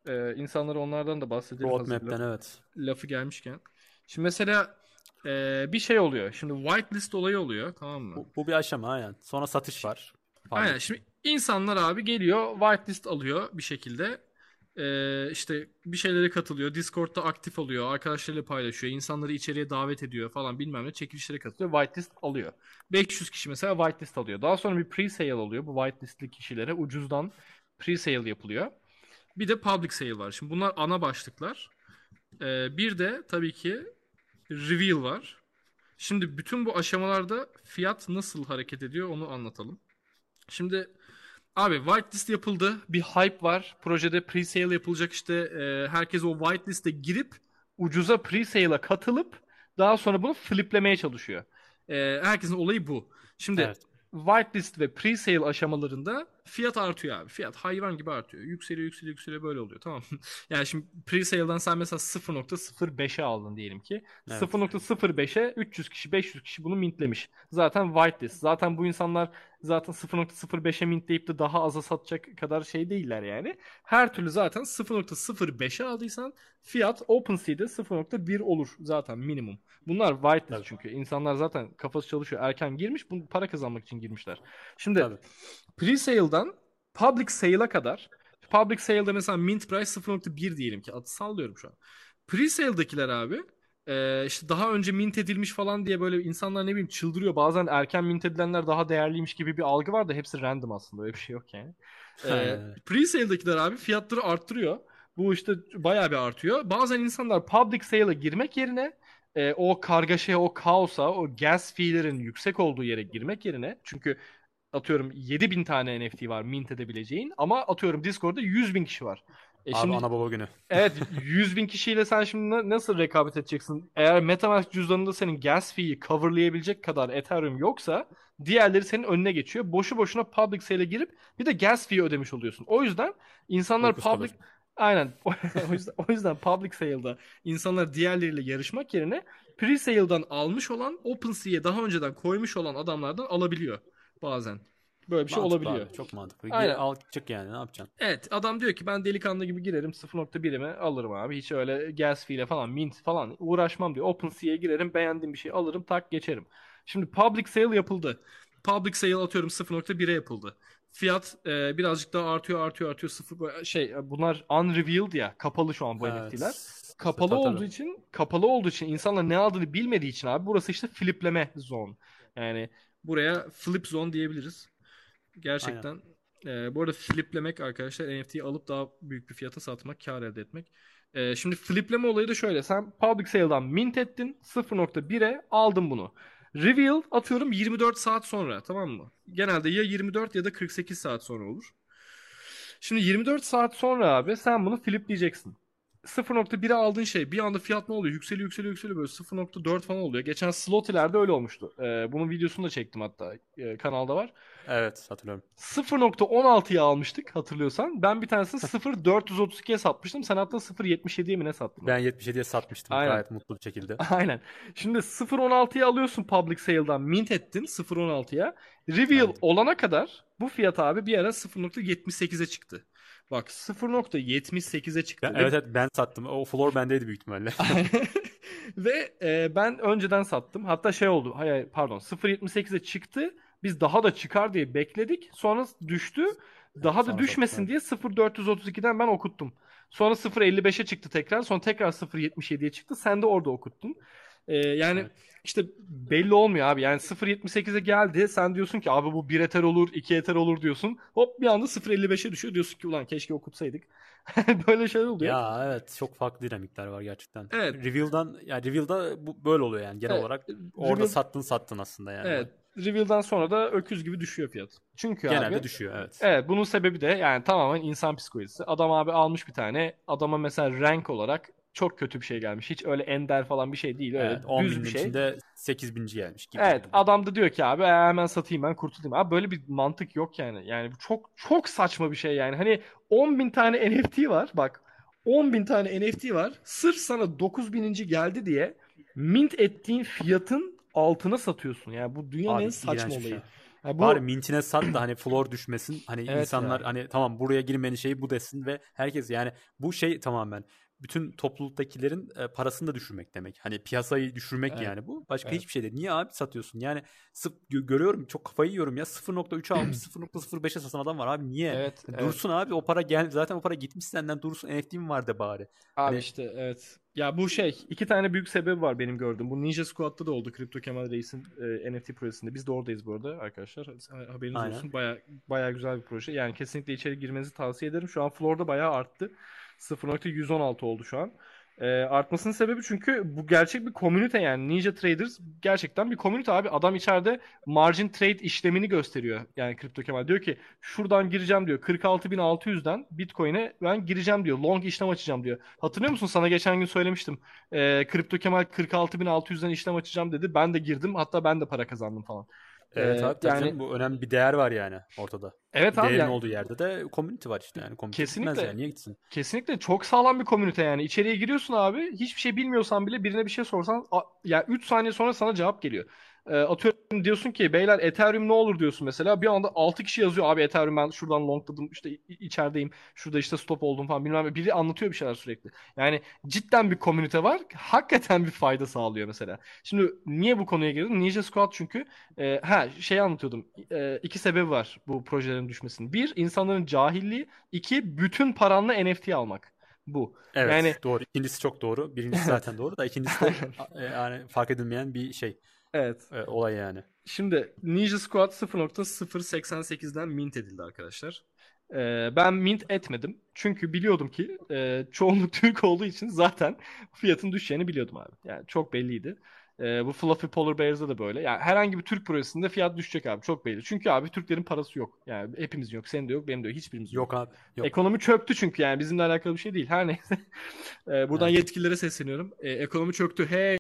İnsanlara onlardan da bahsedelim hazır Roadmap'ten evet. lafı gelmişken. Şimdi mesela bir şey oluyor. Şimdi whitelist olayı oluyor, tamam mı? Bu bir aşama aynen. Sonra satış Şi- var. Aynen. Public. Şimdi insanlar abi geliyor, whitelist alıyor bir şekilde. İşte bir şeylere katılıyor. Discord'da aktif oluyor. Arkadaşlarıyla paylaşıyor. İnsanları içeriye davet ediyor falan bilmem ne. Çekilişlere katılıyor. Whitelist alıyor. 500 kişi mesela whitelist alıyor. Daha sonra bir pre-sale oluyor. Bu whitelist'li kişilere ucuzdan pre-sale yapılıyor. Bir de public sale var. Şimdi bunlar ana başlıklar. Bir de tabii ki reveal var. Şimdi bütün bu aşamalarda fiyat nasıl hareket ediyor onu anlatalım. Şimdi abi whitelist yapıldı. Bir hype var. Projede pre-sale yapılacak işte. Herkes o whitelist'e girip ucuza pre-sale'a katılıp daha sonra bunu fliplemeye çalışıyor. Herkesin olayı bu. Şimdi Evet. whitelist ve pre-sale aşamalarında fiyat artıyor abi. Fiyat hayvan gibi artıyor. Yükseliyor, yükseliyor, yükseliyor böyle oluyor. Tamam mı? Yani şimdi pre-sale'dan sen mesela 0.05'e aldın diyelim ki. Evet. 0.05'e 300 kişi, 500 kişi bunu mintlemiş. Zaten whitelist. Zaten bu insanlar zaten 0.05'e mintleyip de daha aza satacak kadar şey değiller yani. Her türlü zaten 0.05'e aldıysan fiyat OpenSea'de 0.1 olur zaten minimum. Bunlar whitelist Tabii. çünkü. İnsanlar zaten kafası çalışıyor. Erken girmiş. Bunu para kazanmak için girmişler. Şimdi Tabii. pre-sale'dan public sale'a kadar, public sale'da mesela mint price 0.1 diyelim ki. Adı sallıyorum şu an. Pre-sale'dakiler abi işte daha önce mint edilmiş falan diye böyle insanlar ne bileyim çıldırıyor. Bazen erken mint edilenler daha değerliymiş gibi bir algı var da hepsi random aslında. Öyle bir şey yok yani. Aynen. Pre-sale'dakiler abi fiyatları arttırıyor. Bu işte bayağı bir artıyor. Bazen insanlar public sale'a girmek yerine o kargaşaya, o kaosa, o gas fee'lerin yüksek olduğu yere girmek yerine çünkü atıyorum 7.000 tane NFT var mint edebileceğin ama atıyorum Discord'da 100.000 kişi var. Abi Şimdi ana baba günü. evet 100.000 kişiyle sen şimdi nasıl rekabet edeceksin? Eğer MetaMask cüzdanında senin gas fee'yi coverlayabilecek kadar Ethereum yoksa diğerleri senin önüne geçiyor. Boşu boşuna public sale'e girip bir de gas fee ödemiş oluyorsun. O yüzden insanlar Uykusuz public kalır. aynen o yüzden public sale'da insanlar diğerleriyle yarışmak yerine pre-sale'dan almış olan OpenSea'ye daha önceden koymuş olan adamlardan alabiliyor bazen. Böyle bir şey Mantıklı olabiliyor. abi. Çok mantıklı. Gir Aynen. al çık yani ne yapacaksın? Evet adam diyor ki ben delikanlı gibi girerim 0.1'imi alırım abi. Hiç öyle gas fee ile falan mint falan uğraşmam diyor. OpenSea'ya girerim beğendiğim bir şey alırım tak geçerim. Şimdi public sale yapıldı. Public sale atıyorum 0.1'e yapıldı. Fiyat birazcık daha artıyor artıyor artıyor. Bunlar unrevealed ya kapalı şu an bu NFT'ler. Evet. Kapalı Tabii olduğu tabii. için insanlar ne aldığını bilmediği için abi burası işte flipleme zone. Yani buraya flip zone diyebiliriz. Aynen. Gerçekten. Bu arada fliplemek arkadaşlar NFT'yi alıp daha büyük bir fiyata satmak, kar elde etmek. Şimdi flipleme olayı da şöyle. Sen public sale'dan mint ettin. 0.1'e aldın bunu. Reveal atıyorum 24 saat sonra, tamam mı? Genelde ya 24 ya da 48 saat sonra olur. Şimdi 24 saat sonra abi sen bunu flipleyeceksin. 0.1'e aldığın şey bir anda fiyat ne oluyor? Yükseliyor yükseliyor yükseliyor böyle 0.4 falan oluyor. Geçen Sloty'lerde öyle olmuştu. Bunun videosunu da çektim hatta. Kanalda var. Evet hatırlıyorum. 0.16'ya almıştık hatırlıyorsan. Ben bir tanesini 0.432'ye satmıştım. Sen hatta 0.77'ye mi ne sattın Ben onu? 77'ye satmıştım Aynen. gayet mutlu bir şekilde. Aynen. Şimdi 0.16'ya alıyorsun public sale'dan mint ettin 0.16'ya. Reveal Evet. olana kadar bu fiyat abi bir ara 0.78'e çıktı. Bak 0.78'e çıktı ve Evet evet ben sattım. O floor bendeydi büyük ihtimalle. ve ben önceden sattım. Hatta şey oldu. Hayır pardon 0.78'e çıktı. Biz daha da çıkar diye bekledik. Sonra düştü. Daha da Sonra sattım düşmesin evet. diye 0.432'den ben okuttum. Sonra 0.55'e çıktı tekrar. Sonra tekrar 0.77'ye çıktı. Sen de orada okuttun. Yani Evet. işte belli olmuyor abi. Yani 0.78'e geldi. Sen diyorsun ki abi bu bir Ether olur, 2 Ether olur diyorsun. Hop bir anda 0.55'e düşüyor. Diyorsun ki ulan keşke okutsaydık. Böyle şeyler oluyor. Ya evet çok farklı dinamikler var gerçekten. Evet. Reveal'dan ya Reveal'da bu böyle oluyor yani genel Evet. olarak orada Reveal, sattın aslında yani olay. evet. Reveal'dan sonra da öküz gibi düşüyor fiyat. Çünkü abi Genelde düşüyor evet. evet bunun sebebi de yani tamamen insan psikolojisi. Adam abi almış bir tane. Adama mesela rank olarak çok kötü bir şey gelmiş. Hiç öyle ender falan bir şey değil. Öyle Evet 10 düz bir binin şey. içinde 8.000'ci gelmiş gibi Evet yani. adam da diyor ki abi hemen satayım ben kurtulayım. Abi böyle bir mantık yok yani. Yani bu çok çok saçma bir şey yani. Hani 10 bin tane NFT var bak. 10 bin tane NFT var. Sırf sana 9 bininci geldi diye mint ettiğin fiyatın altına satıyorsun. Yani bu dünyanın en Abi saçma iğrenç bir şey. olayı. Ha, Bari bu mintine sat da hani floor düşmesin. Hani evet insanlar ya. hani tamam buraya girmenin şeyi bu desin ve herkes yani bu şey tamamen bütün topluluktakilerin parasını da düşürmek demek. Hani piyasayı düşürmek Evet. yani bu. Başka Evet. hiçbir şey değil. Niye abi satıyorsun? Yani görüyorum çok kafayı yiyorum ya. 0.3'e almış 0.05'e satan adam var abi. Niye? Evet, evet. Dursun abi o para gel zaten o para gitmiş senden dursun NFT'm var de bari. Abi Hani işte evet. Ya bu şey iki tane büyük sebebi var benim gördüğüm. Bu Ninja Squad'da da oldu Kripto Kemal Reis'in NFT projesinde. Biz de oradayız bu arada arkadaşlar. Haberiniz aynen. olsun. Baya güzel bir proje. Yani kesinlikle içeri girmenizi tavsiye ederim. Şu an Floor'da bayağı arttı. 0.116 oldu şu an. Artmasının sebebi çünkü bu gerçek bir komünite yani. Ninja Traders gerçekten bir komünite abi. Adam içeride margin trade işlemini gösteriyor. Yani Kripto Kemal diyor ki şuradan gireceğim diyor. 46.600'den Bitcoin'e ben gireceğim diyor. Long işlem açacağım diyor. Hatırlıyor musun? Sana geçen gün söylemiştim. Kripto Kemal 46.600'den işlem açacağım dedi. Ben de girdim. Hatta ben de para kazandım falan. Evet abi tabii Yani canım bu önemli bir değer var yani ortada. evet Bir abi değerin yani olduğu yerde de community var işte yani community gitmez kesinlikle yani niye gitsin? kesinlikle çok sağlam bir komünite yani. İçeriye giriyorsun abi. Hiçbir şey bilmiyorsan bile birine bir şey sorsan ya 3 saniye sonra sana cevap geliyor. Atıyorum diyorsun ki beyler Ethereum ne olur diyorsun mesela. Bir anda 6 kişi yazıyor abi Ethereum ben şuradan longladım işte içerideyim. Şurada işte stop oldum falan bilmem ne. Biri anlatıyor bir şeyler sürekli. Yani cidden bir komünite var. Hakikaten bir fayda sağlıyor mesela. Şimdi niye bu konuya girdim? Ninja Squad çünkü şey anlatıyordum. İki sebebi var bu projelerin düşmesinin. Bir, insanların cahilliği. İki, bütün paranla NFT almak. Bu. Yani Evet doğru. İkincisi çok doğru. Birincisi evet. zaten doğru da ikincisi de Aynen. yani fark edilmeyen bir şey Evet. olay yani. Şimdi Ninja Squad 0.088'den mint edildi arkadaşlar. Ben mint etmedim. Çünkü biliyordum ki çoğunluk Türk olduğu için zaten fiyatın düşeceğini biliyordum abi. Yani çok belliydi. Bu Fluffy Polar Bears'da da böyle. Yani herhangi bir Türk projesinde fiyat düşecek abi. Çok belli. Çünkü abi Türklerin parası yok. Yani hepimizin yok. Senin de yok, benim de yok. Hiçbirimizin yok. Yok abi yok. Ekonomi çöktü çünkü yani bizimle alakalı bir şey değil. Her neyse. Buradan Evet. yetkililere sesleniyorum. Ekonomi çöktü. Hey.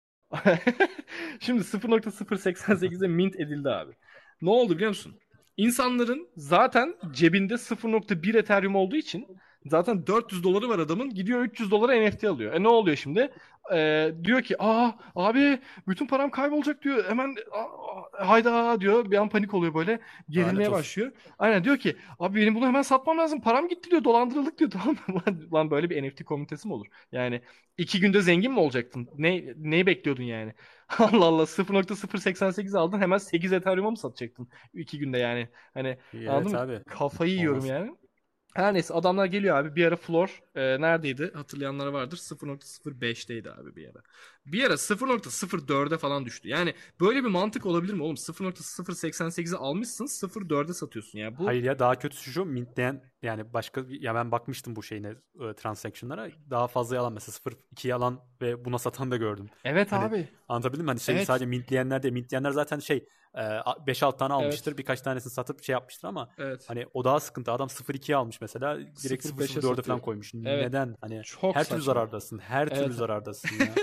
Şimdi 0.088'e mint edildi abi. Ne oldu biliyor musun? İnsanların zaten cebinde 0.1 Ethereum olduğu için zaten 400 doları var adamın. Gidiyor 300 dolara NFT alıyor. Ne oluyor şimdi? Diyor ki abi bütün param kaybolacak diyor. Hemen hayda diyor. Bir an panik oluyor böyle. Lanet Gerilmeye olsun. başlıyor. Aynen diyor ki abi benim bunu hemen satmam lazım. Param gitti diyor. Dolandırıldık diyor. Tamam mı? Lan böyle bir NFT komitesi mi olur? Yani 2 günde zengin mi olacaktın? Neyi bekliyordun yani? Allah Allah 0.088 aldın hemen 8 Ethereum'a mı satacaktın 2 günde yani? Hani anladın Evet mı? abi. Kafayı yiyorum Olmaz. yani. Her neyse adamlar geliyor abi. Bir ara floor neredeydi? Hatırlayanlar vardır. 0.05'teydi abi bir ara. Bir ara 0.04'e falan düştü. Yani böyle bir mantık olabilir mi oğlum? 0.088'i almışsın 0.4'e satıyorsun. Yani bu Hayır ya daha kötüsü şu mintleyen yani başka ya ben bakmıştım bu şeyine transaction'lara daha fazla yalan mesela 0.2 yalan ve buna satan da gördüm. evet Hani abi. anlatabildim mi? Hani şey Evet. sadece mintleyenler de mintleyenler zaten şey 5-6 tane Evet. almıştır birkaç tanesini satıp şey yapmıştır ama Evet. hani o daha sıkıntı adam 0.2'ye almış mesela direkt 0.5'e 0.04'e falan satıyor. koymuş. Evet. Neden? Hani Çok her türlü saçma. zarardasın her türlü Evet. zarardasın ya.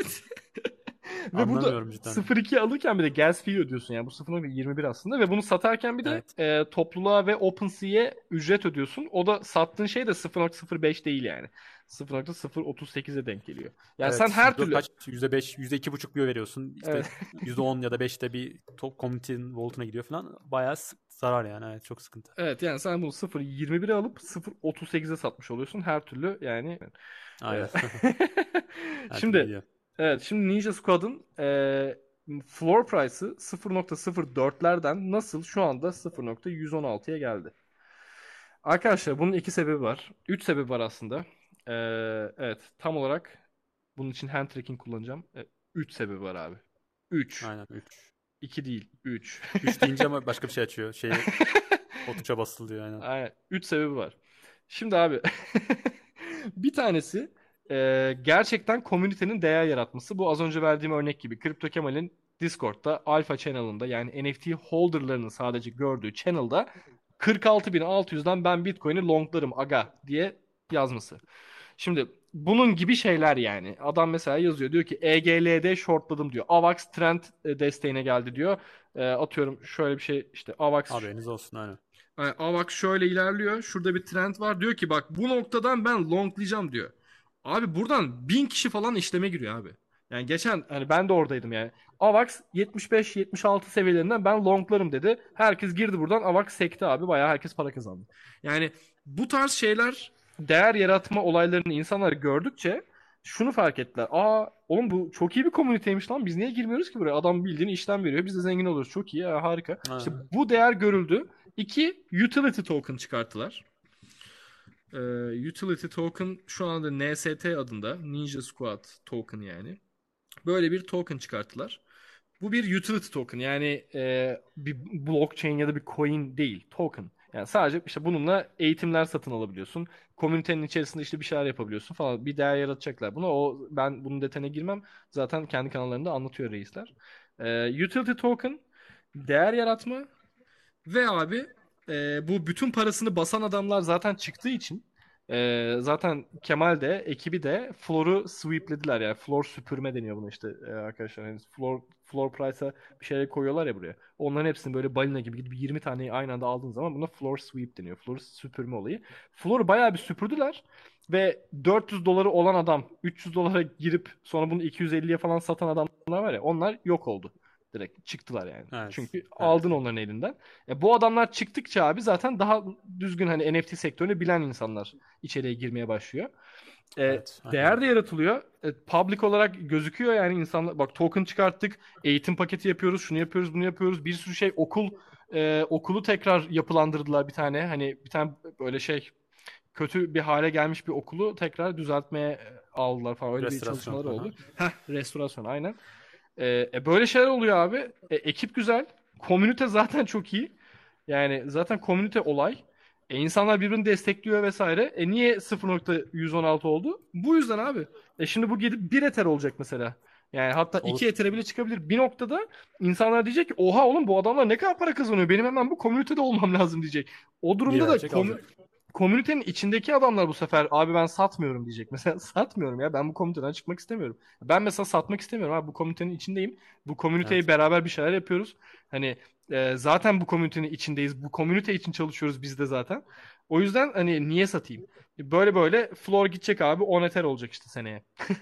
Ve burada Anlamıyorum cidden. 0.2 alırken bir de gas fee ödüyorsun yani bu 0.21 aslında ve bunu satarken bir de Evet. topluluğa ve OpenSea'ye ücret ödüyorsun. O da sattığın şey de 0.05 değil yani. 0.038'e denk geliyor. Yani sen Evet. her türlü Kaç? %5, %2,5 bir veriyorsun. İşte evet, %10 ya da 5'te bir top community'nin voltuna gidiyor falan. Bayağı zarar yani. Evet, çok sıkıntı. evet yani sen bunu 0.21'e alıp 0.38'e satmış oluyorsun her türlü yani. E, Aynen. Her türlü Şimdi gidiyor. evet şimdi Ninja Squad'ın floor price'ı 0.04'lerden nasıl şu anda 0.116'ya geldi? Arkadaşlar bunun iki sebebi var. Üç sebebi var aslında. Ee, evet tam olarak bunun için hand tracking kullanacağım. Üç sebebi var abi. Üç. Aynen 3. İki değil. Üç. 3 deyince ama başka bir şey açıyor. Şeyi o tuşa basılı aynen. Aynen. Üç sebebi var. Şimdi abi bir tanesi gerçekten komünitenin değer yaratması. Bu az önce verdiğim örnek gibi. Kripto Kemal'in Discord'da Alpha Channel'ında yani NFT holder'larının sadece gördüğü channel'da 46.600'den ben Bitcoin'i longlarım aga diye yazması. Şimdi bunun gibi şeyler yani. Adam mesela yazıyor diyor ki EGL'de shortladım diyor. AVAX trend desteğine geldi diyor. Atıyorum şöyle bir şey işte AVAX Haberiniz olsun aynen. yani, bak şöyle ilerliyor. Şurada bir trend var. Diyor ki bak bu noktadan ben longlayacağım diyor. Abi buradan 1000 kişi falan işleme giriyor abi. Yani geçen hani ben de oradaydım yani. AVAX 75-76 seviyelerinden ben longlarım dedi. Herkes girdi buradan. AVAX sekti abi. Bayağı herkes para kazandı. Yani bu tarz şeyler, değer yaratma olaylarını insanlar gördükçe şunu fark ettiler. Aa oğlum bu çok iyi bir komüniteymiş lan. Biz niye girmiyoruz ki buraya? Adam bildiğini işlem veriyor. Biz de zengin oluruz. Çok iyi ya, harika. İşte Ha, bu değer görüldü. İki, utility token çıkarttılar. Utility token şu anda NST adında, Ninja Squad token yani. Böyle bir token çıkarttılar. Bu bir utility token, yani bir blockchain ya da bir coin değil, token. Yani sadece işte bununla eğitimler satın alabiliyorsun. Komünitenin içerisinde işte bir şeyler yapabiliyorsun falan. Bir değer yaratacaklar buna. Ben bunun detayına girmem. Zaten kendi kanallarında anlatıyor reisler. Utility token değer yaratma ve abi bu bütün parasını basan adamlar zaten çıktığı için zaten Kemal de ekibi de floor'u sweeplediler, yani floor süpürme deniyor buna işte arkadaşlar. Yani floor price'a bir şeyler koyuyorlar ya buraya. Onların hepsini böyle balina gibi gidip 20 taneyi aynı anda aldığın zaman buna floor sweep deniyor. Floor süpürme olayı. Floor'u bayağı bir süpürdüler ve 400 doları olan adam 300 dolara girip sonra bunu 250'ye falan satan adamlar var ya, onlar yok oldu. Direkt çıktılar yani. evet. Çünkü Evet. aldın onların elinden. Bu adamlar çıktıkça abi zaten daha düzgün hani NFT sektörünü bilen insanlar içeriye girmeye başlıyor. Evet. Aynen Değer de öyle. yaratılıyor. Public olarak gözüküyor yani insanlar. Bak token çıkarttık, eğitim paketi yapıyoruz, şunu yapıyoruz, bunu yapıyoruz. Bir sürü şey, okulu tekrar yapılandırdılar bir tane. Hani bir tane böyle şey, kötü bir hale gelmiş bir okulu tekrar düzeltmeye aldılar falan. Öyle bir Restorasyon. çalışmaları Aha. oldu. Restorasyon aynen. Böyle şeyler oluyor abi. Ekip güzel. Komünite zaten çok iyi. Yani zaten komünite olay. İnsanlar birbirini destekliyor vesaire. Niye 0.116 oldu? Bu yüzden abi. Şimdi bu gidip bir Ether olacak mesela. Yani hatta Olur. 2 Ether'e bile çıkabilir. Bir noktada insanlar diyecek ki oha oğlum bu adamlar ne kadar para kazanıyor. Benim hemen bu komünitede olmam lazım diyecek. O Bir durumda da verecek alacak. komünitenin içindeki adamlar bu sefer abi ben satmıyorum diyecek. Mesela satmıyorum ya, ben bu komüniteden çıkmak istemiyorum. Ben mesela satmak istemiyorum abi, bu komünitenin içindeyim. Bu komüniteyi Evet. beraber bir şeyler yapıyoruz. Hani zaten bu komünitenin içindeyiz. Bu komünite için çalışıyoruz biz de zaten. O yüzden hani niye satayım? Böyle böyle floor gidecek abi, 10 Ether olacak işte seneye.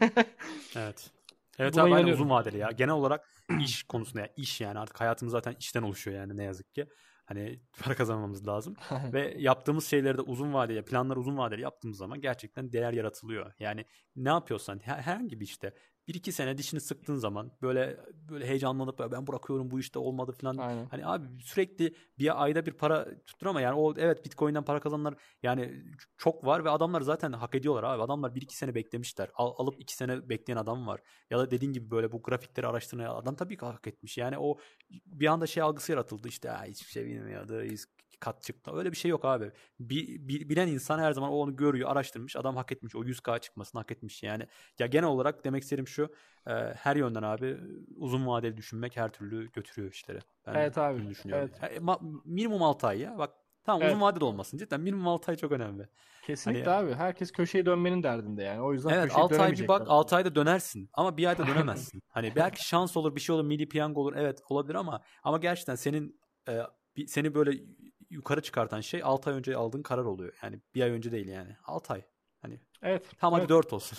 Evet. Evet Buna abi aynen uzun inanıyorum. vadeli ya. Genel olarak iş konusunda ya iş yani artık hayatımız zaten işten oluşuyor yani ne yazık ki. Hani para kazanmamız lazım. Ve yaptığımız şeyleri de uzun vadeli, planlar uzun vadeli yaptığımız zaman gerçekten değer yaratılıyor. Yani ne yapıyorsan herhangi bir işte bir iki sene dişini sıktığın zaman böyle heyecanlanıp "Ya ben bırakıyorum bu işte olmadı" falan. Aynen. Hani abi sürekli bir ayda bir para tuttur ama yani o evet Bitcoin'den para kazananlar yani çok var ve adamlar zaten hak ediyorlar abi. Adamlar bir iki sene beklemişler. Alıp 2 sene bekleyen adam var. Ya da dediğin gibi böyle bu grafikleri araştıran adam tabii ki hak etmiş. Yani o bir anda şey algısı yaratıldı işte hiçbir şey bilmiyordu. 100 kat çıktı. Öyle bir şey yok abi. Bilen insan her zaman onu görüyor, araştırmış. Adam hak etmiş. O 100K çıkmasını hak etmiş yani. Ya genel olarak demek istediğim şu. Her yönden abi uzun vadeli düşünmek her türlü götürüyor işleri. Ben Evet abi. bunu düşünüyorum. Evet. Minimum 6 ay ya. Bak tamam uzun Evet. vadeli olmasın. Cidden minimum 6 ay çok önemli. Hani Kesinlikle abi. Herkes köşeye dönmenin derdinde yani. O yüzden evet köşeye 6 ay bir bak dönemeyecekler. 6 ayda dönersin ama bir ayda Aynen. dönemezsin. Hani belki şans olur bir şey olur milli piyango olur evet olabilir ama gerçekten e, seni böyle yukarı çıkartan şey 6 ay önce aldığın karar oluyor. Yani bir ay önce değil yani 6 ay. Hani Evet. tam hadi Evet. 4 olsun.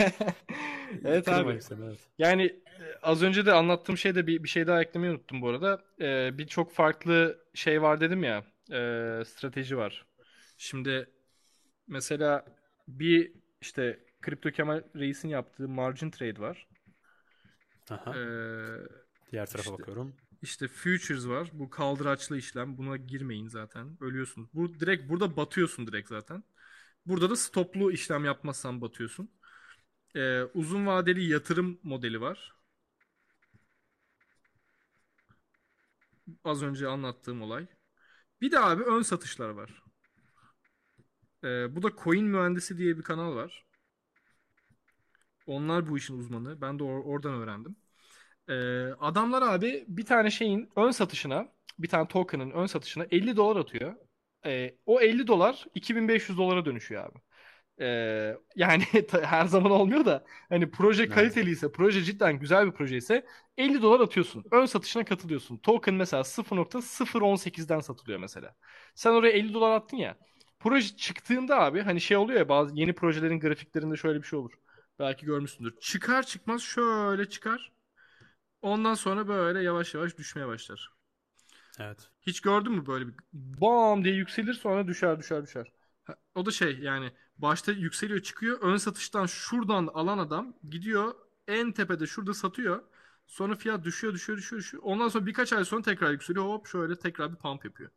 Evet abi. Kırmayayım seni evet. Yani az önce de anlattığım şeyde bir şey daha eklemeyi unuttum bu arada. Birçok farklı şey var dedim ya. Strateji var. Şimdi mesela bir işte Kripto Kemal Reis'in yaptığı margin trade var. Aha. Ee, Diğer tarafa işte bakıyorum. işte futures var. Bu kaldıraçlı işlem. Buna girmeyin zaten. Ölüyorsun. Bu direkt burada batıyorsun direkt zaten. Burada da stoplu işlem yapmazsan batıyorsun. Uzun vadeli yatırım modeli var. Az önce anlattığım olay. Bir de abi ön satışlar var. Bu da Coin Mühendisi diye bir kanal var. Onlar bu işin uzmanı. Ben de oradan öğrendim. Adamlar abi bir tane şeyin ön satışına, bir tane token'ın ön satışına 50 dolar atıyor. O 50 dolar 2500 dolara dönüşüyor abi. Yani her zaman olmuyor da hani proje Evet. kaliteliyse, proje cidden güzel bir proje ise 50 dolar atıyorsun. Ön satışına katılıyorsun. Token mesela 0.018'den satılıyor mesela. Sen oraya 50 dolar attın ya. Proje çıktığında abi hani şey oluyor ya, bazı yeni projelerin grafiklerinde şöyle bir şey olur. Belki görmüşsündür. Çıkar çıkmaz şöyle çıkar. Ondan sonra böyle yavaş yavaş düşmeye başlar. Evet. Hiç gördün mü böyle bir bam diye yükselir sonra düşer düşer düşer. O da şey yani başta yükseliyor çıkıyor. Ön satıştan şuradan alan adam gidiyor en tepede şurada satıyor. Sonra fiyat düşüyor düşüyor düşüyor düşüyor. Ondan sonra birkaç ay sonra tekrar yükseliyor. Hop şöyle tekrar bir pump yapıyor.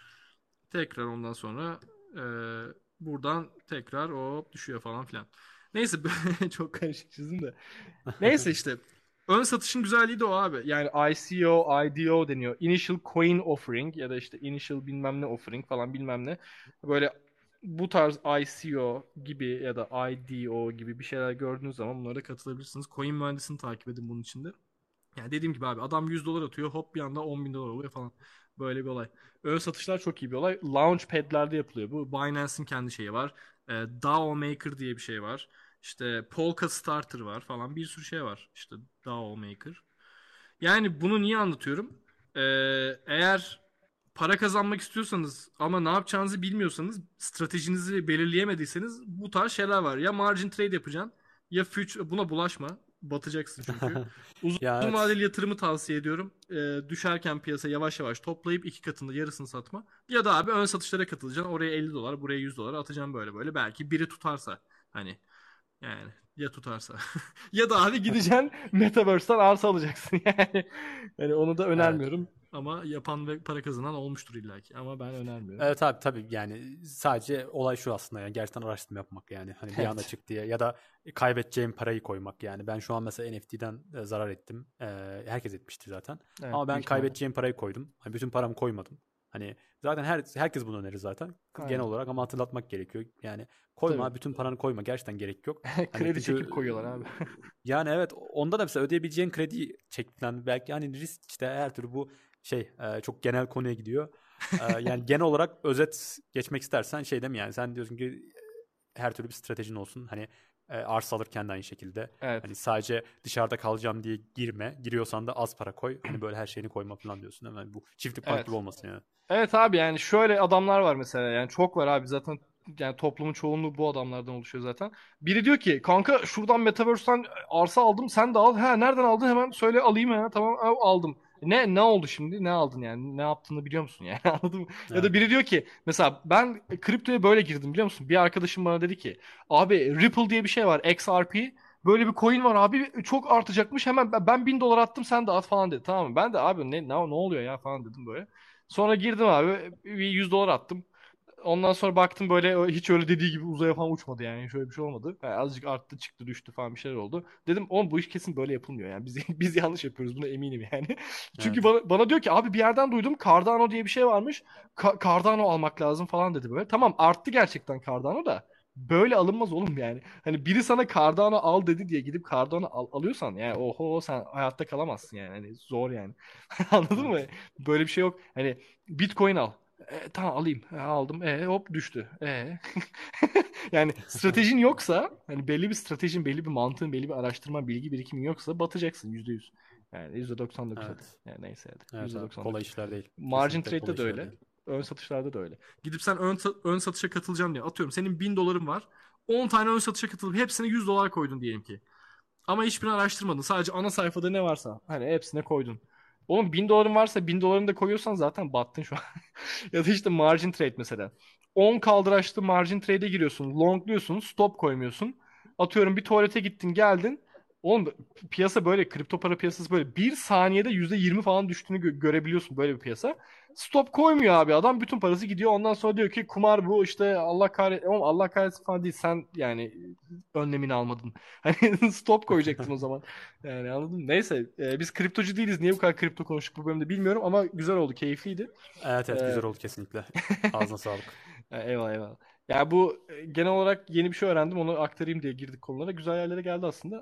Tekrar ondan sonra e, buradan tekrar hop düşüyor falan filan. Neyse çok karışık çizdim de. Neyse işte ön satışın güzelliği de o abi. Yani ICO, IDO deniyor. Initial Coin Offering ya da işte Initial bilmem ne offering falan bilmem ne. Böyle bu tarz ICO gibi ya da IDO gibi bir şeyler gördüğünüz zaman bunlara da katılabilirsiniz. Coin mühendisini takip edin bunun içinde. Yani dediğim gibi abi adam 100 dolar atıyor hop bir anda 10 bin dolar oluyor falan. Böyle bir olay. Ön satışlar çok iyi bir olay. Launchpad'lerde yapılıyor bu. Binance'in kendi şeyi var. DAO Maker diye bir şey var. İşte Polka Starter var falan. Bir sürü şey var. İşte DAO Maker. Yani bunu niye anlatıyorum? Ee, Eğer para kazanmak istiyorsanız ama ne yapacağınızı bilmiyorsanız, stratejinizi belirleyemediyseniz bu tarz şeyler var. Ya margin trade yapacaksın ya future, buna bulaşma. Batacaksın çünkü. Uzun Ya evet. vadeli yatırımı tavsiye ediyorum. Düşerken piyasa yavaş yavaş toplayıp iki katında yarısını satma. Ya da abi ön satışlara katılacaksın. Oraya 50 dolar, buraya 100 dolar atacaksın böyle böyle. Belki biri tutarsa. Hani yani ya tutarsa. Ya da abi gideceksin Metaverse'ten arsa alacaksın yani. Yani onu da Evet. önermiyorum. Ama yapan ve para kazanan olmuştur illaki. Ama ben önermiyorum. Evet abi tabii yani sadece olay şu aslında yani gerçekten araştırma yapmak yani hani bir anda Evet. çık diye ya da kaybedeceğim parayı koymak yani ben şu an mesela NFT'den zarar ettim. Herkes etmiştir zaten Evet ama ben büyük ihtimalle. kaybedeceğim parayı koydum. Hani bütün paramı koymadım. Hani zaten herkes bunu önerir zaten genel Aynen. olarak ama hatırlatmak gerekiyor. Yani koyma Tabii. bütün paranı koyma gerçekten gerek yok. Hani Kredi çünkü çekip koyuyorlar abi. yani evet onda da mesela ödeyebileceğin kredi çekilen belki hani risk işte her türlü bu çok genel konuya gidiyor. Yani genel olarak özet geçmek istersen şey değil mi yani sen diyorsun ki her türlü bir stratejin olsun. Hani arsa alırken de aynı şekilde. Hani Evet. sadece dışarıda kalacağım diye girme. Giriyorsan da az para koy. Hani böyle her şeyini koyma falan diyorsun. Hemen bu çiftlik park gibi Evet. olmasın yani. Evet abi yani şöyle adamlar var mesela yani çok var abi zaten yani toplumun çoğunluğu bu adamlardan oluşuyor zaten. Biri diyor ki kanka şuradan Metaverse'ten arsa aldım sen de al. Ha nereden aldın hemen söyle alayım ha tamam aldım. Ne oldu şimdi ne aldın yani ne yaptığını biliyor musun yani anladın mı? Ya da Evet. biri diyor ki mesela ben kriptoya böyle girdim biliyor musun? Bir arkadaşım bana dedi ki abi Ripple diye bir şey var XRP. Böyle bir coin var abi çok artacakmış hemen ben 1000 dolar attım sen de at falan dedi tamam mı? Ben de abi ne oluyor ya falan dedim böyle. Sonra girdim abi bir 100 dolar attım. Ondan sonra baktım böyle hiç öyle dediği gibi uzaya falan uçmadı yani şöyle bir şey olmadı. Yani azıcık arttı çıktı düştü falan bir şeyler oldu. Dedim oğlum bu iş kesin böyle yapılmıyor yani biz biz yanlış yapıyoruz buna eminim yani. Çünkü Evet. bana diyor ki abi bir yerden duydum Cardano diye bir şey varmış. Cardano almak lazım falan dedi böyle. Tamam arttı gerçekten Cardano da. Böyle alınmaz oğlum yani. Hani biri sana Cardano al dedi diye gidip Cardano alıyorsan yani oho sen hayatta kalamazsın yani. Hani zor yani. Anladın mı? Evet. Böyle bir şey yok. Hani Bitcoin al. Tamam alayım. Aldım. Hop düştü. Yani stratejin yoksa hani belli bir stratejin, belli bir mantığın, belli bir araştırma, bilgi birikimin yoksa batacaksın %100. Yani %99 hadi. Evet. Yani neyse hadi. Evet abi. Kolay %99. işler değil. Margin Kesinlikle kolay trade'de de işler öyle. değil. Ön satışlarda da öyle. Gidip sen ön satışa katılacağım diye atıyorum. Senin 1000 doların var. 10 tane ön satışa katılıp hepsine 100 dolar koydun diyelim ki. Ama hiçbirini araştırmadın. Sadece ana sayfada ne varsa hani hepsine koydun. Oğlum 1000 doların varsa 1000 dolarını da koyuyorsan zaten battın şu an. Ya da işte margin trade mesela. 10 kaldıraçlı margin trade'e giriyorsun. Longluyorsun. Stop koymuyorsun. Atıyorum bir tuvalete gittin geldin. Oğlum piyasa böyle. Kripto para piyasası böyle. Bir saniyede %20 falan düştüğünü görebiliyorsun böyle bir piyasa. Stop koymuyor abi adam. Bütün parası gidiyor. Ondan sonra diyor ki kumar bu işte Allah kahretsin. Oğlum Allah kahretsin falan değil. Sen yani önlemini almadın. Hani stop koyacaktın o zaman. Yani anladın mı? Neyse biz kriptocu değiliz. Niye bu kadar kripto konuştuk bu bölümde bilmiyorum ama güzel oldu, keyifliydi. Evet evet E, güzel oldu kesinlikle. Ağzına sağlık. Eyvallah eyvallah. Ya bu genel olarak yeni bir şey öğrendim onu aktarayım diye girdik konulara. Güzel yerlere geldi aslında.